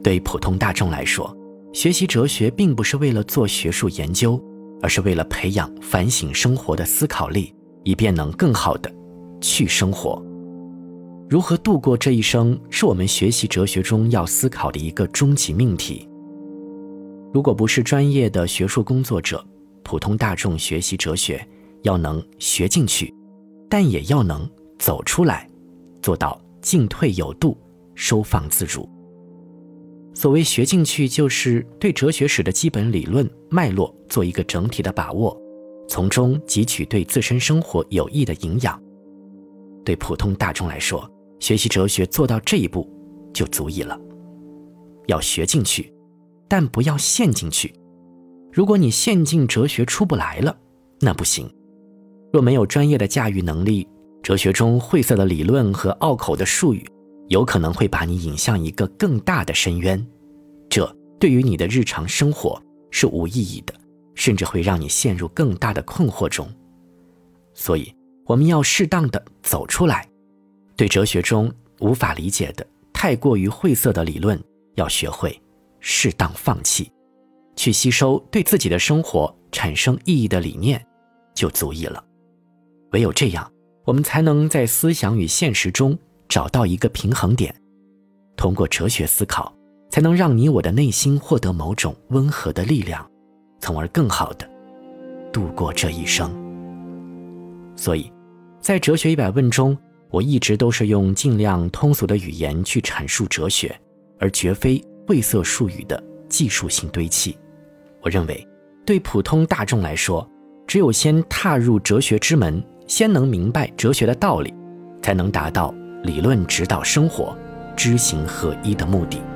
对普通大众来说，学习哲学并不是为了做学术研究，而是为了培养反省生活的思考力，以便能更好地去生活。如何度过这一生，是我们学习哲学中要思考的一个终极命题。如果不是专业的学术工作者，普通大众学习哲学要能学进去，但也要能走出来，做到进退有度，收放自如。所谓学进去，就是对哲学史的基本理论脉络做一个整体的把握，从中汲取对自身生活有益的营养。对普通大众来说，学习哲学做到这一步就足矣了。要学进去，但不要陷进去。如果你陷进哲学出不来了，那不行。若没有专业的驾驭能力，哲学中晦涩的理论和拗口的术语有可能会把你引向一个更大的深渊，这对于你的日常生活是无意义的，甚至会让你陷入更大的困惑中。所以我们要适当的走出来，对哲学中无法理解的太过于晦涩的理论，要学会适当放弃，去吸收对自己的生活产生意义的理念就足矣了。唯有这样，我们才能在思想与现实中找到一个平衡点，通过哲学思考，才能让你我的内心获得某种温和的力量，从而更好地度过这一生。所以在哲学100问中，我一直都是用尽量通俗的语言去阐述哲学，而绝非晦涩术语的技术性堆砌。我认为对普通大众来说，只有先踏入哲学之门，先能明白哲学的道理，才能达到理论指导生活、知行合一的目的。